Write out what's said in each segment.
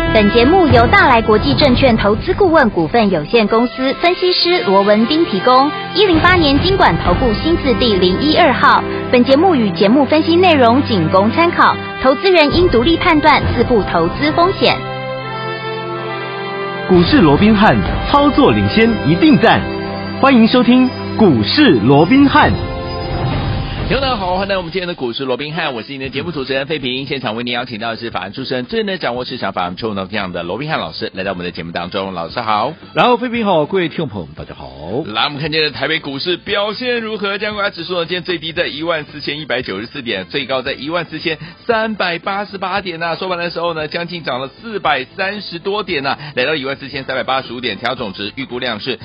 本节目由大来国际证券投资顾问股份有限公司分析师罗文彬提供。108年金管投顾新字第012号。本节目与节目分析内容仅供参考，投资人应独立判断，自负投资风险。 股市罗宾汉，操作领先一定赞。欢迎收听股市罗宾汉。 听众好，欢迎来到我们今天的股市罗宾汉，我是您的节目主持人费平。现场为您邀请到的是法案出身、最能掌握市场法案冲动这样的罗宾汉老师，来到我们的节目当中。老师好。 然后费平好，各位听众朋友们大家好。 来，我们看见的台北股市表现如何？加权指数呢，今天最低在14194点，最高在14388点收盘的时候呢，将近涨了430多点来到14385点，调总值预估量是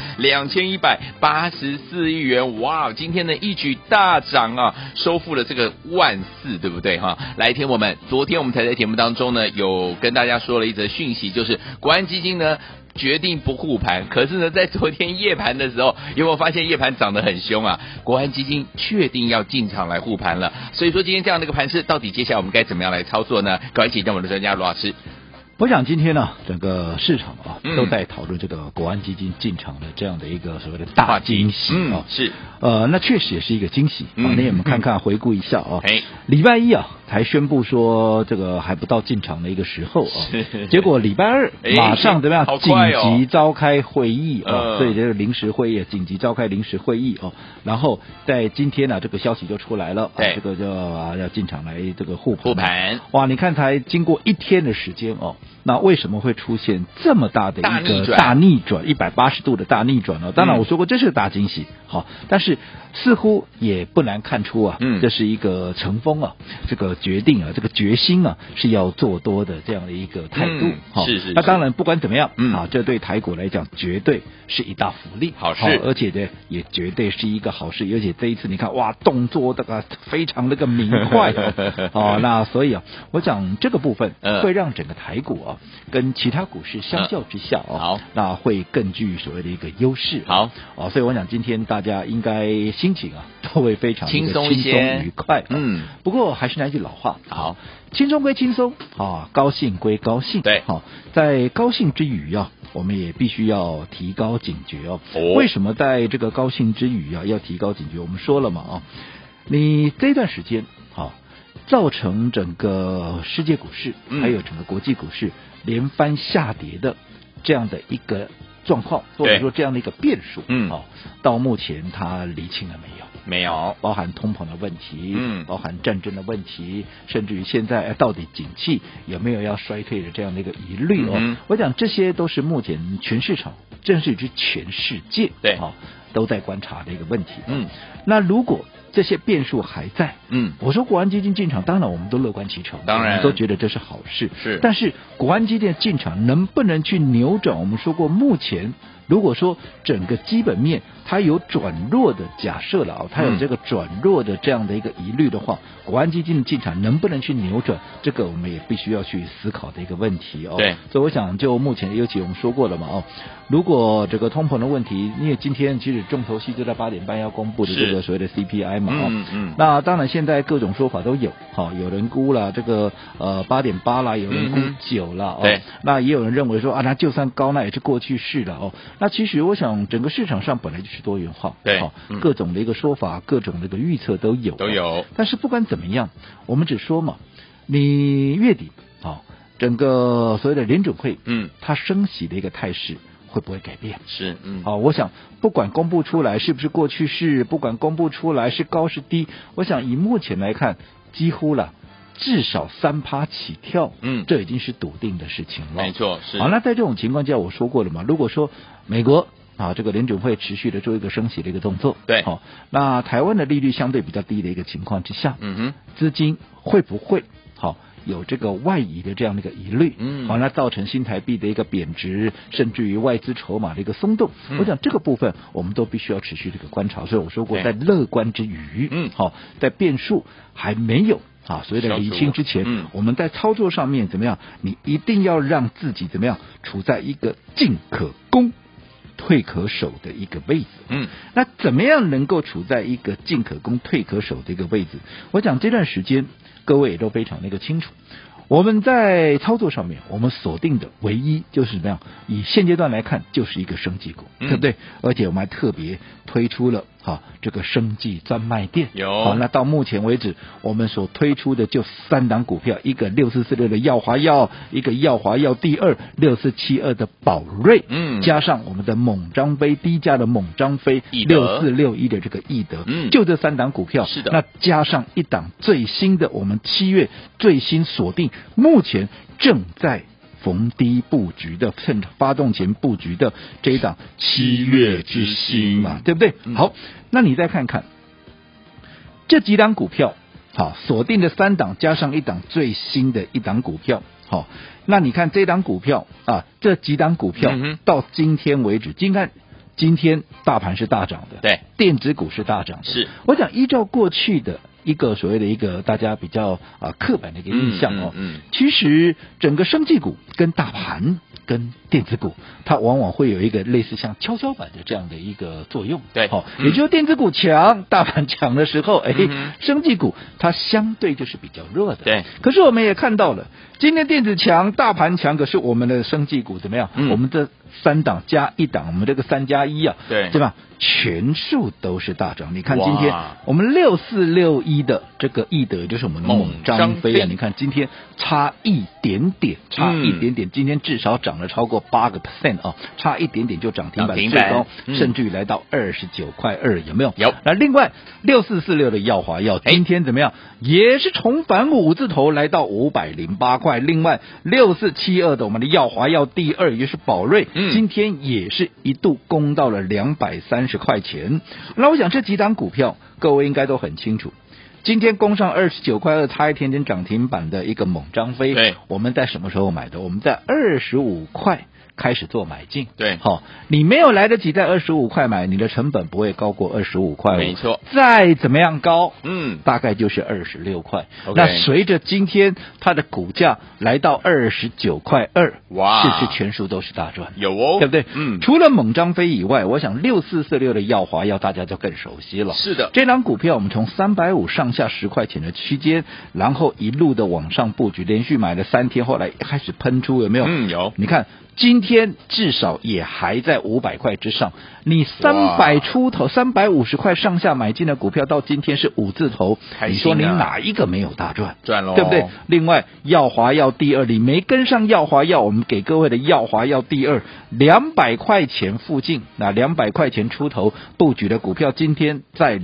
2184亿元。哇，今天呢一举大涨收复了这个14000，对不对哈？来听我们昨天我们才在节目当中呢，有跟大家说了一则讯息，就是国安基金呢决定不护盘，可是呢，在昨天夜盘的时候，有没有发现夜盘涨得很凶啊？国安基金确定要进场来护盘了，所以说今天这样的一个盘势，到底接下来我们该怎么样来操作呢？赶快请教我们的专家罗老师。 我想今天呢，整个市场都在讨论这个国安基金进场的这样的一个所谓的大惊喜是那确实也是一个惊喜那我们看看回顾一下礼拜一才宣布说这个还不到进场的一个时候结果礼拜二马上怎么样紧急召开会议所以这个临时会议紧急召开临时会议然后在今天这个消息就出来了这个就要进场来这个护盘哇，你看才经过一天的时间那为什么会出现这么大的一个大逆转180度的大逆转呢？当然我说过这是个大惊喜但是似乎也不难看出这是一个成风这个决定这个决心是要做多的这样的一个态度是那当然不管怎么样这对台股来讲绝对是一大福利好事而且呢也绝对是一个好事，而且这一次你看哇动作这个非常的明快那所以我讲这个部分会让整个台股跟其他股市相较之下好那会更具所谓的一个优势好所以我想今天大家应该心情都会非常轻松一些愉快不过还是那句老话好轻松归轻松高兴归高兴对在高兴之余我们也必须要提高警觉为什么在这个高兴之余要提高警觉？我们说了嘛你这段时间造成整个世界股市还有整个国际股市连番下跌的这样的一个状况，或者说这样的一个变数到目前它厘清了没有，包含通膨的问题包含战争的问题，甚至于现在到底景气有没有要衰退的这样的一个疑虑我讲这些都是目前全市场甚至于全世界都在观察的一个问题那如果这些变数还在我说国安基金进场当然我们都乐观其成， 当然我们都觉得这是好事是， 但是国安基金进场能不能去扭转我们说过目前如果说整个基本面它有转弱的假设了它有这个转弱的这样的一个疑虑的话国安基金的进场能不能去扭转，这个我们也必须要去思考的一个问题对， 所以我想就目前尤其我们说过了嘛如果这个通膨的问题，因为今天其实重头戏就在8点半要公布的这个所谓的 CPI 嘛那当然现在各种说法都有有人估了这个8.8啦，有人估9了对， 那也有人认为说那就算高那也是过去式了那其实我想整个市场上本来就是多元化对各种的一个说法各种的一个预测都有但是不管怎么样我们只说嘛你月底整个所谓的联准会它升息的一个态势会不会改变是我想不管公布出来是不是过去式，不管公布出来是高是低，我想以目前来看几乎了至少3%起跳这已经是笃定的事情了， 没错是那在这种情况下我说过了嘛，如果说美国这个联准会持续的做一个升息的一个动作对那台湾的利率相对比较低的一个情况之下资金会不会有这个外移的这样的一个疑虑那造成新台币的一个贬值，甚至于外资筹码的一个松动我想这个部分我们都必须要持续这个观察，所以我说过在乐观之余在变数还没有所谓的理清之前我们在操作上面怎么样，你一定要让自己怎么样处在一个进可攻退可守的一个位置那怎么样能够处在一个进可攻退可守的一个位置，我讲这段时间各位也都非常的一个清楚我们在操作上面，我们锁定的唯一就是怎么样？以现阶段来看，就是一个生技股，对不对？而且我们还特别推出了这个生技专卖店。 有。 那到目前为止，我们所推出的就3档股票，一个6446的耀华药，一个耀华药第二6472的宝瑞，加上我们的猛张飞低价的猛张飞6461的这个易德，就这3档股票。 是的。 那加上一档最新的，我们7月最新锁定，目前正在逢低布局的，趁发动前布局的这一档7月之星嘛，对不对？好，那你再看看这几档股票，好，锁定的3档加上一档最新的一档股票，好，那你看这档股票这几档股票到今天为止，今天大盘是大涨的， 对， 电子股是大涨的， 是。 我想依照过去的一个所谓的一个大家比较刻板的一个印象其实整个生技股跟大盘跟电子股，它往往会有一个类似像跷跷板的这样的一个作用， 对， 也就是电子股强，大盘强的时候，生技股它相对就是比较弱的， 对。 可是我们也看到了，今天电子强，大盘强，可是我们的生技股怎么样？我们的3档加1档，我们这个3+1对吧？全数都是大涨。你看今天我们6461的这个易德，就是我们的猛张飞你看今天差一点点，今天至少涨了超过8%差一点点就涨停板最高，甚至于来到29.2块，有没有？ 有。 那另外6446的耀华药今天怎么样？也是重返5字头，来到508块。另外6472的我们的耀华药第二，也就是宝瑞，今天也是一度攻到了230块钱。那我想这几档股票各位应该都很清楚，今天攻上29.2块，差一点点涨停板的一个猛张飞， 对， 我们在什么时候买的？我们在25块开始做买进， 对， 你没有来得及在25块买，你的成本不会高过25块， 没错， 再怎么样高，大概就是26块。那随着今天它的股价来到29.2块，哇，是不是全数都是大赚？ 有哦， 对不对？除了猛张飞以外，我想6446的耀华药大家就更熟悉了。 是的， 这档股票我们从350上下10块钱的区间，然后一路的往上布局，连续买了3天，后来开始喷出，有没有？ 有。 你看今天至少也还在500块之上，你300出头350块上下买进的股票，到今天是5字头，你说你哪一个没有大赚？ 赚咯， 对不对？另外耀华药第二，你没跟上耀华药，我们给各位的耀华药第二200块钱附近，那200块钱出头布局的股票，今天在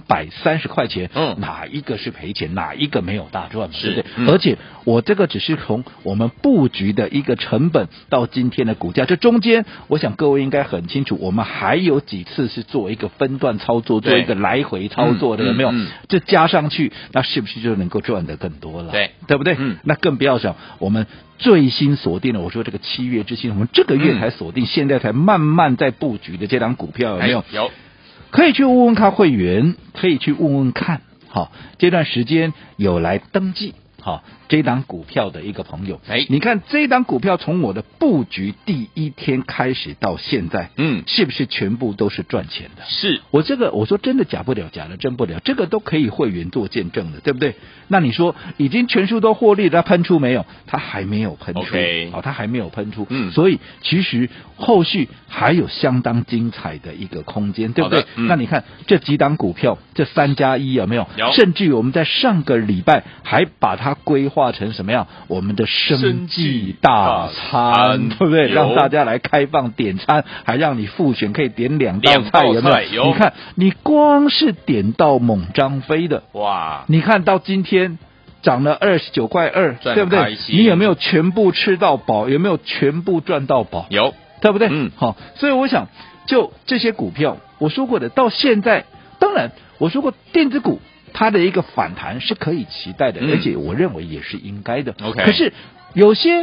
230块钱，哪一个是赔钱？哪一个没有大赚？对不对？而且我这个只是从我们布局的一个成本到今天的股价，这中间我想各位应该很清楚，我们还有几次是做一个分段操作，做一个来回操作的，有没有？这加上去，那是不是就能够赚得更多了？对不对？那更不要讲我们最新锁定了，我说这个7月之星，我们这个月才锁定，现在才慢慢在布局的这档股票，有没有？ 有， 可以去问问看会员，可以去问问看，这段时间有来登记这档股票的一个朋友，你看这档股票从我的布局第一天开始到现在，是不是全部都是赚钱的？ 是， 我说真的假不了，假的真不了，这个都可以会员做见证的，对不对？那你说已经全数都获利了，它喷出没有？它还没有喷出，它还没有喷出，所以其实后续还有相当精彩的一个空间，对不对？那你看这几档股票，这3+1有没有？甚至于我们在上个礼拜还把它规划成什么样？我们的生技大餐，对不对？让大家来开放点餐，还让你复选可以点2道菜，有没有？你看，你光是点到猛张飞的，哇！你看到今天涨了29.2块，对不对？你有没有全部吃到饱？有没有全部赚到饱？ 有， 对不对？好，所以我想，就这些股票，我说过的，到现在，当然我说过电子股。它的一个反弹是可以期待的，而且我认为也是应该的。 OK， 可是有些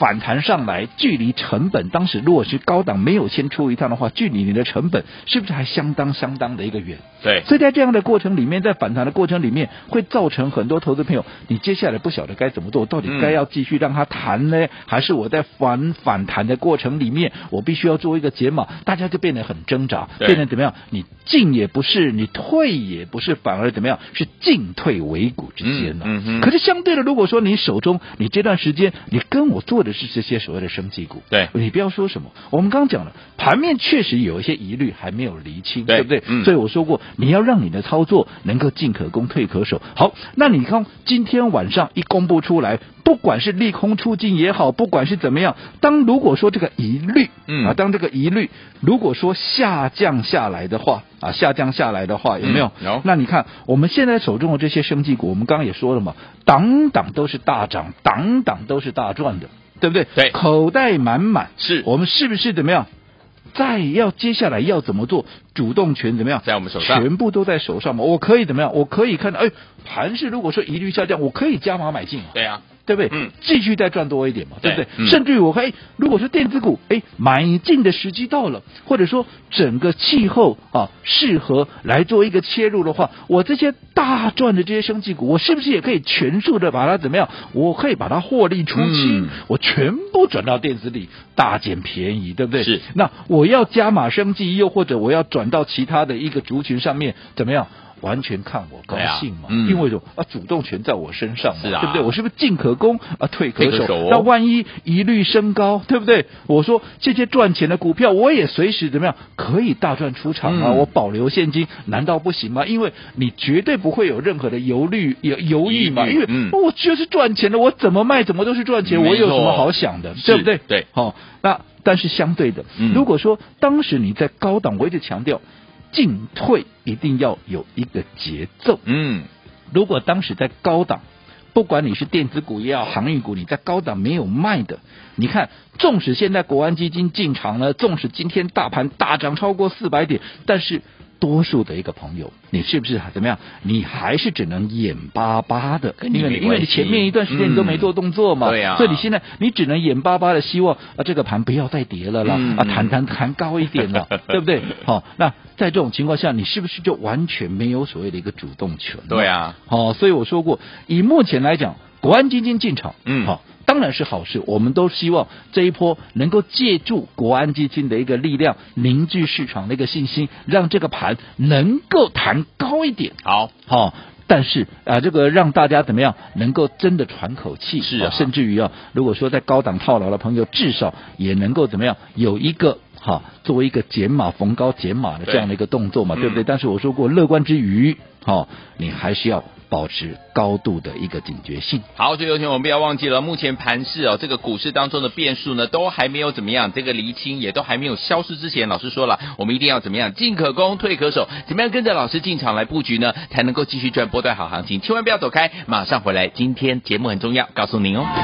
反弹上来，距离成本当时如果是高档没有先出一趟的话，距离你的成本是不是还相当的一个远？ 对， 所以在这样的过程里面，在反弹的过程里面，会造成很多投资朋友，你接下来不晓得该怎么做，到底该要继续让它弹呢，还是我在反弹的过程里面，我必须要做一个解码，大家就变得很挣扎，变得怎么样？你进也不是，你退也不是，反而怎么样？是进退维谷之间了。可是相对的，如果说你手中你这段时间你跟我做的是这些所谓的生技股， 对， 你不要说什么，我们刚刚讲了，盘面确实有一些疑虑还没有厘清，对不对？所以我说过，你要让你的操作能够进可攻退可守。好，那你看今天晚上一公布出来，不管是利空出尽也好，不管是怎么样，如果说这个疑虑，当这个疑虑如果说下降下来的话，有没有？那你看我们现在手中的这些生技股，我们刚刚也说了嘛，档档都是大涨，档档都是大赚的，对不对？ 对， 口袋满满， 是我们是不是怎么样？接下来要怎么做？主动权怎么样？ 在我们手上， 全部都在手上嘛。我可以怎么样？我可以看到，盘势如果说疑虑下降，我可以加码买进嘛。 对啊， 对不对？继续再赚多一点嘛，对不对？甚至于我可以，如果是电子股，买进的时机到了，或者说整个气候适合来做一个切入的话，我这些大赚的这些生技股，我是不是也可以全数的把它怎么样？我可以把它获利出清，我全部转到电子里，大捡便宜，对不对？ 是。 那我要加码生技，又或者我要转到其他的一个族群上面，怎么样？完全看我高兴嘛，因为主动权在我身上嘛，对不对？我是不是进可攻退可守？那万一疑虑升高，对不对？我说这些赚钱的股票，我也随时怎么样可以大赚出场啊？我保留现金，难道不行吗？因为你绝对不会有任何的犹豫嘛，因为我就是赚钱的，我怎么卖怎么都是赚钱，我有什么好想的，对不对？ 对， 那但是相对的，如果说当时你在高档，我一直强调。进退一定要有一个节奏。如果当时在高档，不管你是电子股也好，航运股，你在高档没有卖的，你看，纵使现在国安基金进场了，纵使今天大盘大涨超过400点，但是多数的一个朋友，你是不是怎么样？你还是只能眼巴巴的，因为你前面一段时间你都没做动作嘛， 对啊， 所以你现在你只能眼巴巴的希望这个盘不要再跌了啦，弹高一点了，对不对？那在这种情况下，你是不是就完全没有所谓的一个主动权？ 对啊， 所以我说过，以目前来讲，国安基金进场，当然是好事，我们都希望这一波能够借助国安基金的一个力量，凝聚市场的一个信心，让这个盘能够弹高一点。好，但是这个让大家怎么样能够真的喘口气？是甚至于如果说在高档套牢的朋友，至少也能够怎么样有一个作为一个减码逢高减码的这样的一个动作嘛，对不对？但是我说过，乐观之余，你还是要保持高度的一个警觉性。 好，所以有请我们不要忘记了，目前盘势这个股市当中的变数呢，都还没有怎么样，这个厘清也都还没有消失之前，老师说了，我们一定要怎么样，进可攻，退可守，怎么样跟着老师进场来布局呢，才能够继续赚波段好行情？千万不要走开，马上回来，今天节目很重要，告诉您哦。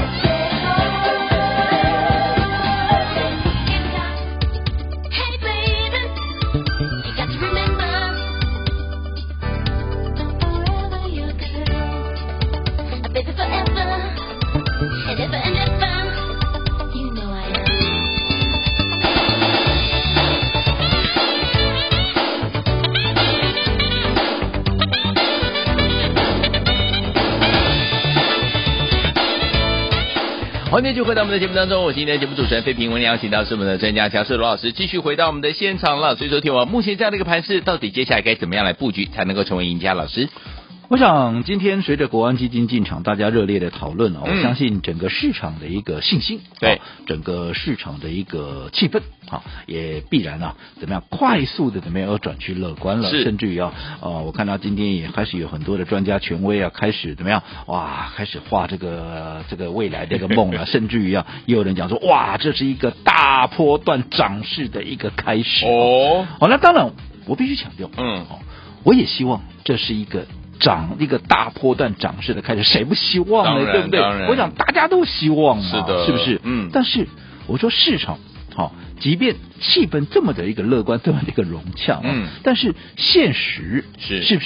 欢迎继续回到我们的节目当中，我是今天的节目主持人费平，我们邀请到是我们的专家强势罗老师，继续回到我们的现场了。所以说听我目前这样的一个盘势，到底接下来该怎么样来布局才能够成为赢家？老师， 我想今天随着国安基金进场，大家热烈的讨论我相信整个市场的一个信心， 对整个市场的一个气氛也必然怎么样快速的怎么样要转趋乐观了，甚至于我看到今天也开始有很多的专家权威开始怎么样开始画这个未来的一个梦了，甚至于也有人讲说这是一个大波段涨势的一个开始那当然我必须强调我也希望这是一个大波段涨势的开始，谁不希望呢？对不对？我想大家都希望嘛， 是的， 是不是？但是我说市场即便气氛这么的一个乐观，这么的一个融洽但是现实是不是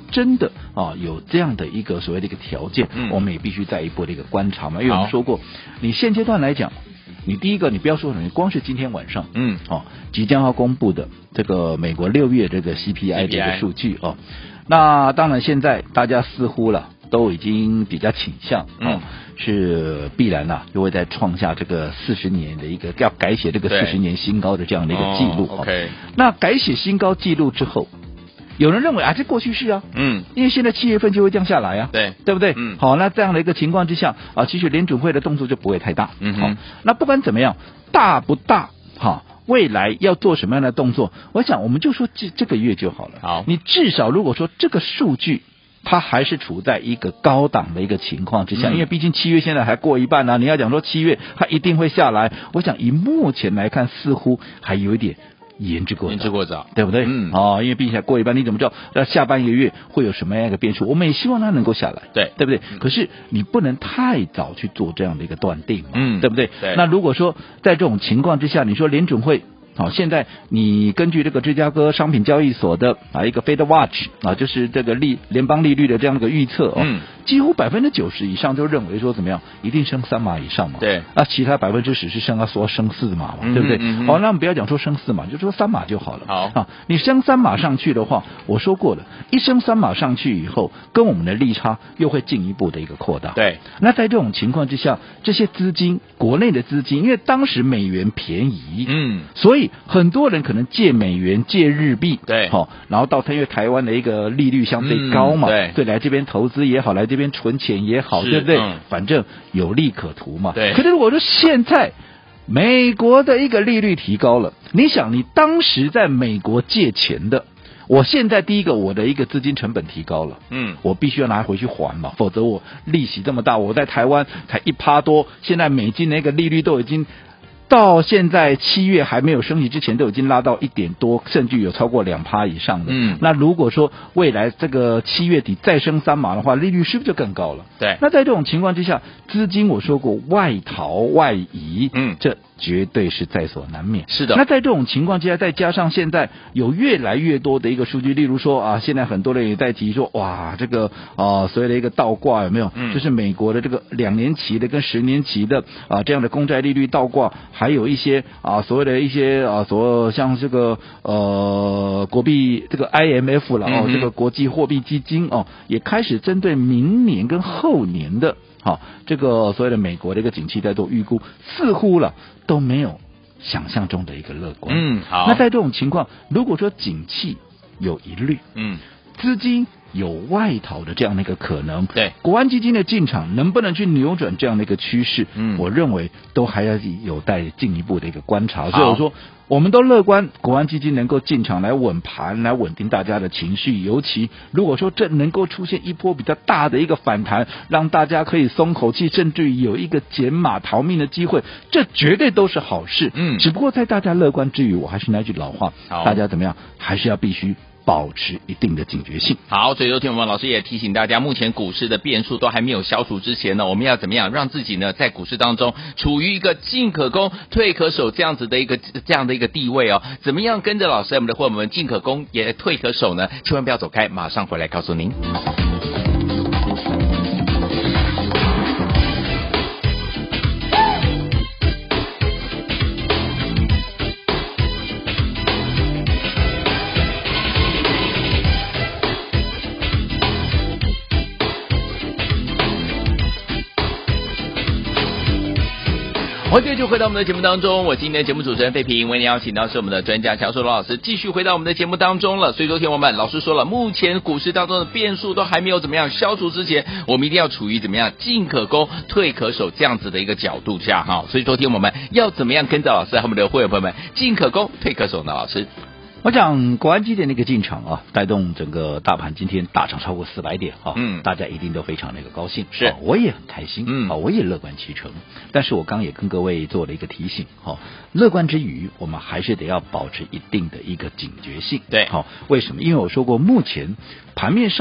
真的有这样的一个所谓的一个条件，我们也必须再一步的一个观察嘛。因为我们说过，你现阶段来讲，你第一个你不要说你光是今天晚上即将要公布的这个美国6月这个 CPI 的一个数据那当然现在大家似乎了都已经比较倾向是必然又会再创下这个40年的一个要改写这个40年新高的这样的一个记录 OK， 那改写新高记录之后，有人认为这过去式因为现在7月份就会降下来对不对？好，那这样的一个情况之下其实联准会的动作就不会太大。那不管怎么样，大不大未来要做什么样的动作，我想我们就说这个月就好了。 好， 你至少如果说这个数据它还是处在一个高档的一个情况之下，因为毕竟7月现在还过一半你要讲说7月它一定会下来，我想以目前来看似乎还有一点言之过早，对不对？因为毕竟还过一半，你怎么知道下半个月会有什么样一个变数？我们也希望它能够下来，对不对？可是你不能太早去做这样的一个断定嘛，对不对？那如果说在这种情况之下，你说联准会现在你根据这个芝加哥商品交易所的一个 Fed Watch 就是这个联邦利率的这样的一个预测几乎90%以上都认为说怎么样，一定升3码以上嘛。 对， 那其他10%是升4码嘛，对不对？那我们不要讲说升4码，就说3码就好了。 好你升3码上去的话，我说过了，一升3码上去以后，跟我们的利差又会进一步的一个扩大。 对， 那在这种情况之下，这些资金，国内的资金，因为当时美元便宜，所以很多人可能借美元、借日币， 对， 然后因为台湾的一个利率相对高嘛，对，来这边投资也好，来这边存钱也好，对不对？反正有利可图嘛。 对。 可是如果说现在美国的一个利率提高了，你想你当时在美国借钱的，我现在第一个我的一个资金成本提高了，我必须要拿回去还嘛，否则我利息这么大，我在台湾才1%多，现在美金那个利率都已经到现在7月还没有升息之前都已经拉到1点多，甚至有超过2%以上的。那如果说未来这个7月底再升3码的话，利率是不是就更高了？ 对。 那在这种情况之下，资金我说过外逃外移，这绝对是在所难免。 是的。 那在这种情况之下，再加上现在有越来越多的一个数据，例如说现在很多人也在提说，哇，这个所谓的一个倒挂有没有？就是美国的这个2年期的跟10年期的这样的公债利率倒挂，还有一些所谓的一些像这个国币这个 IMF 了这个国际货币基金也开始针对明年跟后年的这个所谓的美国的一个景气在做预估，似乎了都没有想象中的一个乐观。 好。 那在这种情况，如果说景气有疑虑，资金有外逃的这样的一个可能， 对， 国安基金的进场能不能去扭转这样的一个趋势？我认为都还要有待进一步的一个观察。所以我说，我们都乐观，国安基金能够进场来稳盘，来稳定大家的情绪。尤其如果说这能够出现一波比较大的一个反弹，让大家可以松口气，甚至于有一个减码逃命的机会，这绝对都是好事。只不过在大家乐观之余，我还是那句老话，大家怎么样，还是要必须保持一定的警觉性。 好，所以昨天我们老师也提醒大家，目前股市的变数都还没有消除之前呢，我们要怎么样让自己呢在股市当中处于一个进可攻退可守这样的一个地位怎么样跟着老师我们的伙伴们进可攻也退可守呢？千万不要走开，马上回来告诉您。欢迎继续回到我们的节目当中，我今天的节目主持人费平，为您邀请到是我们的专家乔硕罗老师，继续回到我们的节目当中了。所以昨天我们老师说了，目前股市当中的变数都还没有怎么样消除之前，我们一定要处于怎么样进可攻退可守这样子的一个角度下所以昨天我们要怎么样跟着老师和我们的会员朋友们进可攻退可守呢？老师， 我讲国安基点的一个进场带动整个大盘今天大涨超过400点大家一定都非常的一个高兴， 是我也很开心我也乐观其成。但是我刚也跟各位做了一个提醒乐观之余，我们还是得要保持一定的一个警觉性。 对为什么？因为我说过，目前盘面上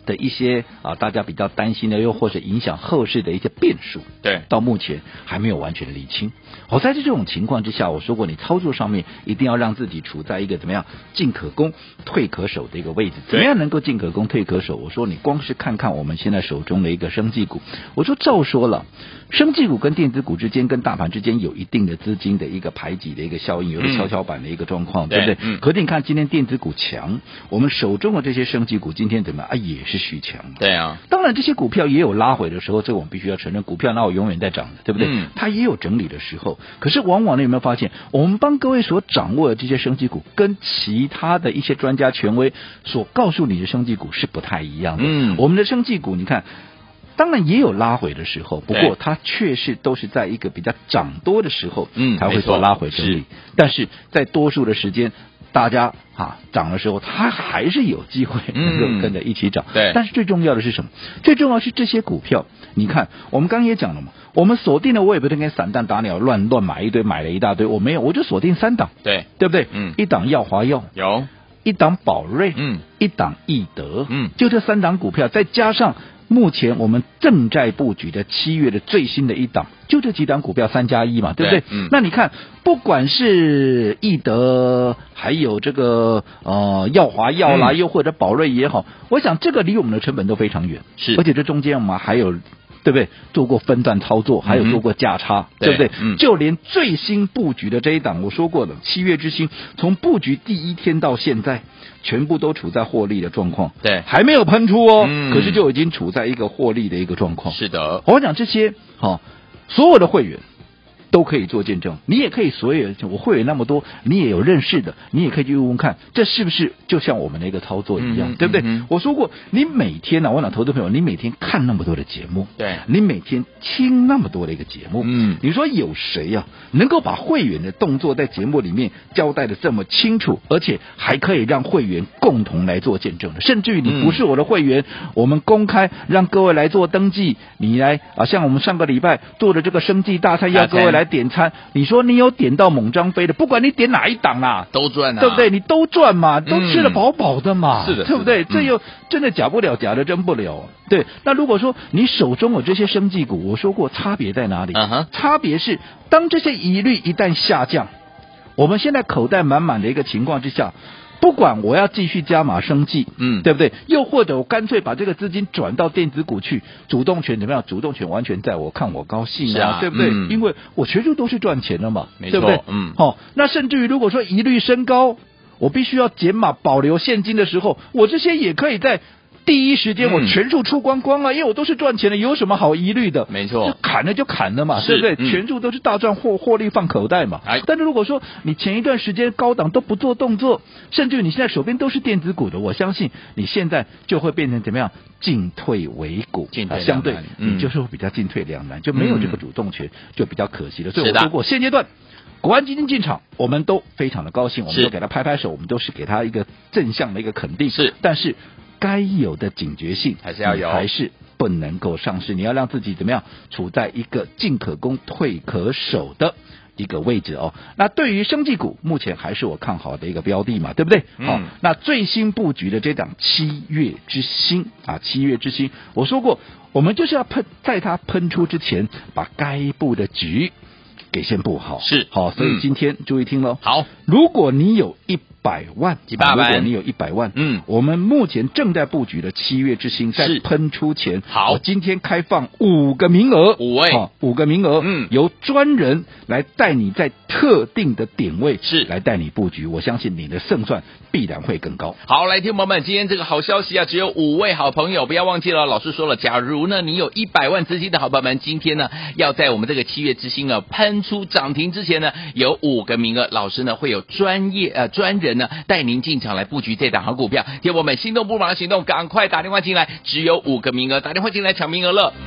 的一些大家比较担心的，又或者影响后市的一些变数， 对， 到目前还没有完全理清。好，在这种情况之下，我说过，你操作上面一定要让自己处在一个怎么样进可攻退可守的一个位置。怎么样能够进可攻退可守？我说你光是看看我们现在手中的一个生技股，我说照说了，生技股跟电子股之间跟大盘之间有一定的资金的一个排挤的一个效应，有个跷跷板的一个状况，对不对？可是你看今天电子股强，我们手中的这些生技股今天怎么样也是续强。 对啊， 当然这些股票也有拉回的时候，这个我们必须要承认，股票哪有永远在涨的，对不对？它也有整理的时候。可是往往你有没有发现，我们帮各位所掌握的这些生技股，跟其他的一些专家权威所告诉你的生技股是不太一样的。我们的生技股，你看。当然也有拉回的时候，不过它确实都是在一个比较涨多的时候，才会做拉回整理。但是在多数的时间，大家涨的时候，它还是有机会能够跟着一起涨。 对。 但是最重要的是什么？最重要是这些股票，你看我们刚刚也讲了嘛，我们锁定了，我也不是跟散弹打鸟乱买一堆，买了一大堆，我没有，我就锁定3档， 对不对？一档耀华药有， 一档宝瑞，一档易德，就这3档股票，再加上。目前我们正在布局的7月的最新的一档，就这几档股票3+1嘛，对不对？那你看，不管是易德，还有这个耀华药啦，又或者宝瑞也好，我想这个离我们的成本都非常远，是，而且这中间我们还有。对不对？做过分段操作，还有做过价差，对不对？就连最新布局的这一档，我说过了，7月之星，从布局第1天到现在，全部都处在获利的状况， 对， 还没有喷出哦，可是就已经处在一个获利的一个状况。 是的， 我讲这些，所有的会员。都可以做见证，你也可以所有我会员那么多，你也有认识的，你也可以去问问看，这是不是就像我们的一个操作一样，对不对？我说过，你每天我讲投资朋友，你每天看那么多的节目， 对， 你每天听那么多的一个节目，你说有谁能够把会员的动作在节目里面交代的这么清楚，而且还可以让会员共同来做见证的，甚至于你不是我的会员，我们公开让各位来做登记，你来像我们上个礼拜做的这个生技大餐，要各位来点餐，你说你有点到猛张飞的，不管你点哪一档啦， 都赚啊， 对不对？你都赚嘛，都吃得饱饱的嘛， 是的， 对不对？这又真的假不了，假的真不了。对，那如果说你手中有这些生技股，我说过差别在哪里？差别是当这些疑虑一旦下降，我们现在口袋满满的一个情况之下。不管我要继续加码生技，对不对？又或者我干脆把这个资金转到电子股去，主动权怎么样？主动权完全在我，看我高兴对不对？因为我全数都是赚钱的嘛，对不对？那甚至于如果说疑虑升高，我必须要减码保留现金的时候，我这些也可以在第一时间我全数出光光因为我都是赚钱的，有什么好疑虑的？没错，就砍了就砍了嘛，对不对？全数都是大赚获利放口袋嘛。但是如果说你前一段时间高档都不做动作，甚至你现在手边都是电子股的，我相信你现在就会变成怎么样？进退维谷，相对你就是会比较进退两难，就没有这个主动权，就比较可惜了。所以我说过，现阶段国安基金进场，我们都非常的高兴，我们都给他拍拍手，我们都是给他一个正向的一个肯定。是，但是该有的警觉性还是要有，还是不能够丧失。你要让自己怎么样，处在一个进可攻、退可守的一个位置那对于生技股，目前还是我看好的一个标的嘛，对不对？好，那最新布局的这档7月之星7月之星，我说过，我们就是要在它喷出之前，把该布的局给先布好。是，好，所以今天注意听咯。好，如果你有100万，如果你有100万，我们目前正在布局的7月之星，在喷出前，好，我今天开放5个名额，5位，5个名额，由专人来带你在特定的点位来带你布局，我相信你的胜算必然会更高。 好，来听众朋友们，今天这个好消息只有5位好朋友，不要忘记了，老师说了，假如呢你有100万资金的好朋友们，今天呢要在我们这个7月之星喷出涨停之前呢，有5个名额，老师呢会有专人呢带您进场来布局这档好股票。听我们心动不马上行动，赶快打电话进来，只有5个名额，打电话进来抢名额了。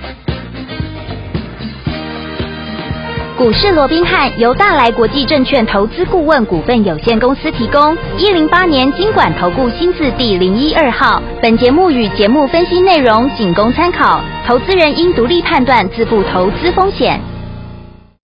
股市罗宾汉由大来国际证券投资顾问股份有限公司提供，108年金管投顾新字第012号。本节目与节目分析内容仅供参考，投资人应独立判断，自负投资风险。